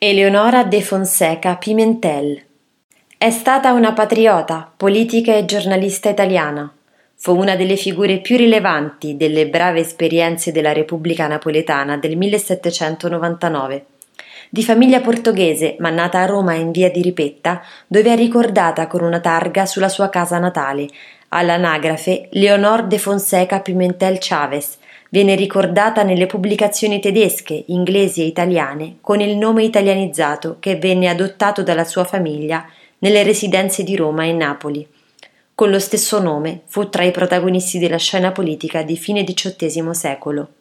Eleonora de Fonseca Pimentel. È stata una patriota, politica e giornalista italiana. Fu una delle figure più rilevanti delle brave esperienze della Repubblica Napoletana del 1799. Di famiglia portoghese, ma nata a Roma in via di Ripetta, dove è ricordata con una targa sulla sua casa natale, all'anagrafe Leonor de Fonseca Pimentel Chaves. Viene ricordata nelle pubblicazioni tedesche, inglesi e italiane con il nome italianizzato che venne adottato dalla sua famiglia nelle residenze di Roma e Napoli. Con lo stesso nome fu tra i protagonisti della scena politica di fine XVIII secolo.